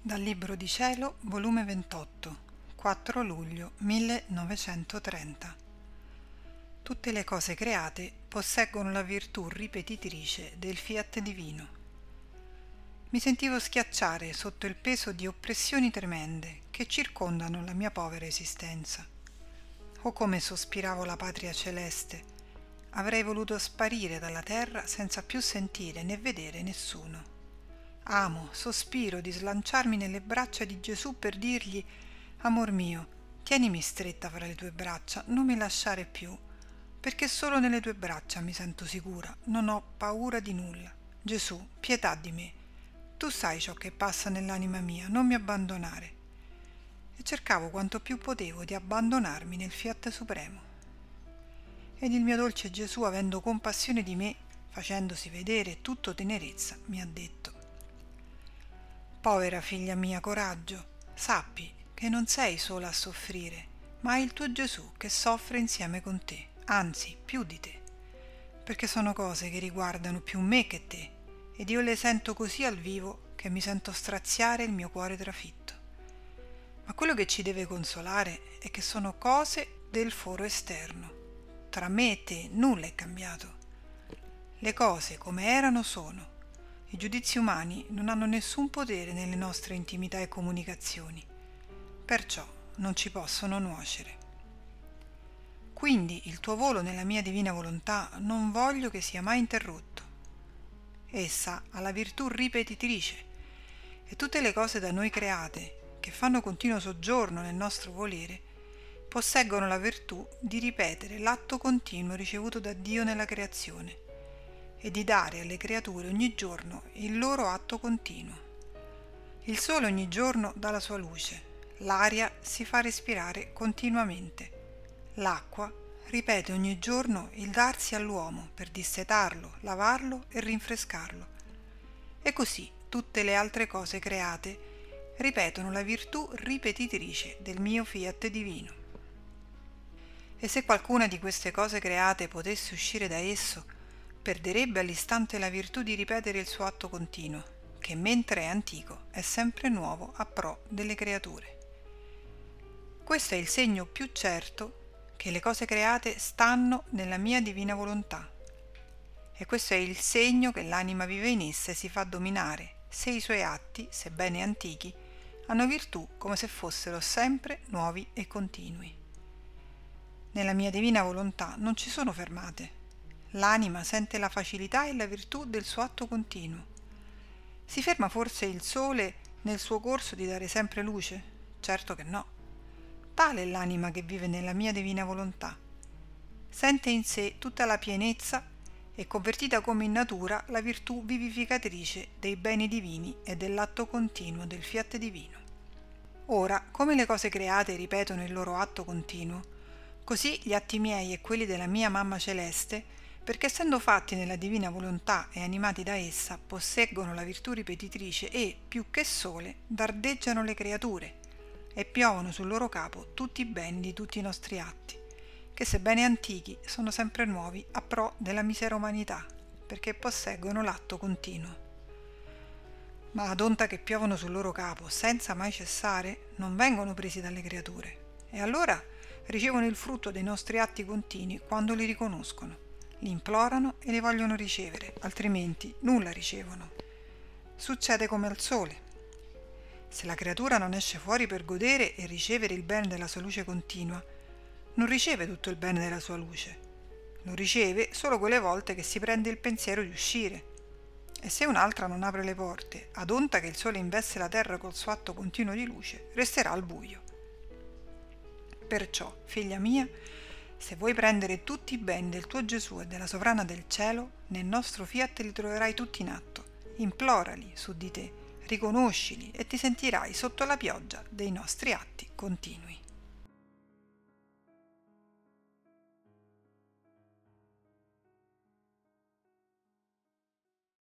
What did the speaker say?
Dal Libro di Cielo, volume 28, 4 luglio 1930. Tutte le cose create posseggono la virtù ripetitrice del fiat divino. Mi sentivo schiacciare sotto il peso di oppressioni tremende che circondano la mia povera esistenza. Oh, come sospiravo la patria celeste! Avrei voluto sparire dalla terra senza più sentire né vedere nessuno. Amo, sospiro di slanciarmi nelle braccia di Gesù per dirgli: amor mio, tienimi stretta fra le tue braccia, non mi lasciare più, perché solo nelle tue braccia mi sento sicura, non ho paura di nulla. Gesù, pietà di me, tu sai ciò che passa nell'anima mia, non mi abbandonare. E cercavo quanto più potevo di abbandonarmi nel fiat supremo. Ed il mio dolce Gesù, avendo compassione di me, facendosi vedere tutto tenerezza, mi ha detto: povera figlia mia, coraggio, sappi che non sei sola a soffrire, ma hai il tuo Gesù che soffre insieme con te, anzi più di te, perché sono cose che riguardano più me che te, ed io le sento così al vivo che mi sento straziare il mio cuore trafitto. Ma quello che ci deve consolare è che sono cose del foro esterno. Tra me e te nulla è cambiato. Le cose come erano sono. I giudizi umani non hanno nessun potere nelle nostre intimità e comunicazioni, perciò non ci possono nuocere. Quindi il tuo volo nella mia divina volontà non voglio che sia mai interrotto. Essa ha la virtù ripetitrice e tutte le cose da noi create, che fanno continuo soggiorno nel nostro volere, posseggono la virtù di ripetere l'atto continuo ricevuto da Dio nella creazione e di dare alle creature ogni giorno il loro atto continuo. Il sole ogni giorno dà la sua luce, l'aria si fa respirare continuamente, l'acqua ripete ogni giorno il darsi all'uomo per dissetarlo, lavarlo e rinfrescarlo. E così tutte le altre cose create ripetono la virtù ripetitrice del mio fiat divino. E se qualcuna di queste cose create potesse uscire da esso, perderebbe all'istante la virtù di ripetere il suo atto continuo, che mentre è antico è sempre nuovo a pro delle creature. Questo è il segno più certo che le cose create stanno nella mia divina volontà, e questo è il segno che l'anima vive in essa e si fa dominare, se i suoi atti, sebbene antichi, hanno virtù come se fossero sempre nuovi e continui. Nella mia divina volontà non ci sono fermate. L'anima sente la facilità e la virtù del suo atto continuo. Si ferma forse il sole nel suo corso di dare sempre luce? Certo che no. Tale è l'anima che vive nella mia divina volontà. Sente in sé tutta la pienezza e, convertita come in natura, la virtù vivificatrice dei beni divini e dell'atto continuo del fiat divino. Ora, come le cose create ripetono il loro atto continuo, così gli atti miei e quelli della mia mamma celeste, perché essendo fatti nella divina volontà e animati da essa, posseggono la virtù ripetitrice e, più che sole, dardeggiano le creature e piovono sul loro capo tutti i beni di tutti i nostri atti, che sebbene antichi sono sempre nuovi a pro della misera umanità, perché posseggono l'atto continuo. Ma ad onta che piovono sul loro capo senza mai cessare, non vengono presi dalle creature, e allora ricevono il frutto dei nostri atti continui quando li riconoscono. Li implorano e li vogliono ricevere, altrimenti nulla ricevono. Succede come al sole. Se la creatura non esce fuori per godere e ricevere il bene della sua luce continua, non riceve tutto il bene della sua luce. Lo riceve solo quelle volte che si prende il pensiero di uscire. E se un'altra non apre le porte, ad onta che il sole investe la terra col suo atto continuo di luce, resterà al buio. Perciò, figlia mia, se vuoi prendere tutti i beni del tuo Gesù e della sovrana del cielo, nel nostro fiat li troverai tutti in atto. Implorali su di te, riconoscili e ti sentirai sotto la pioggia dei nostri atti continui.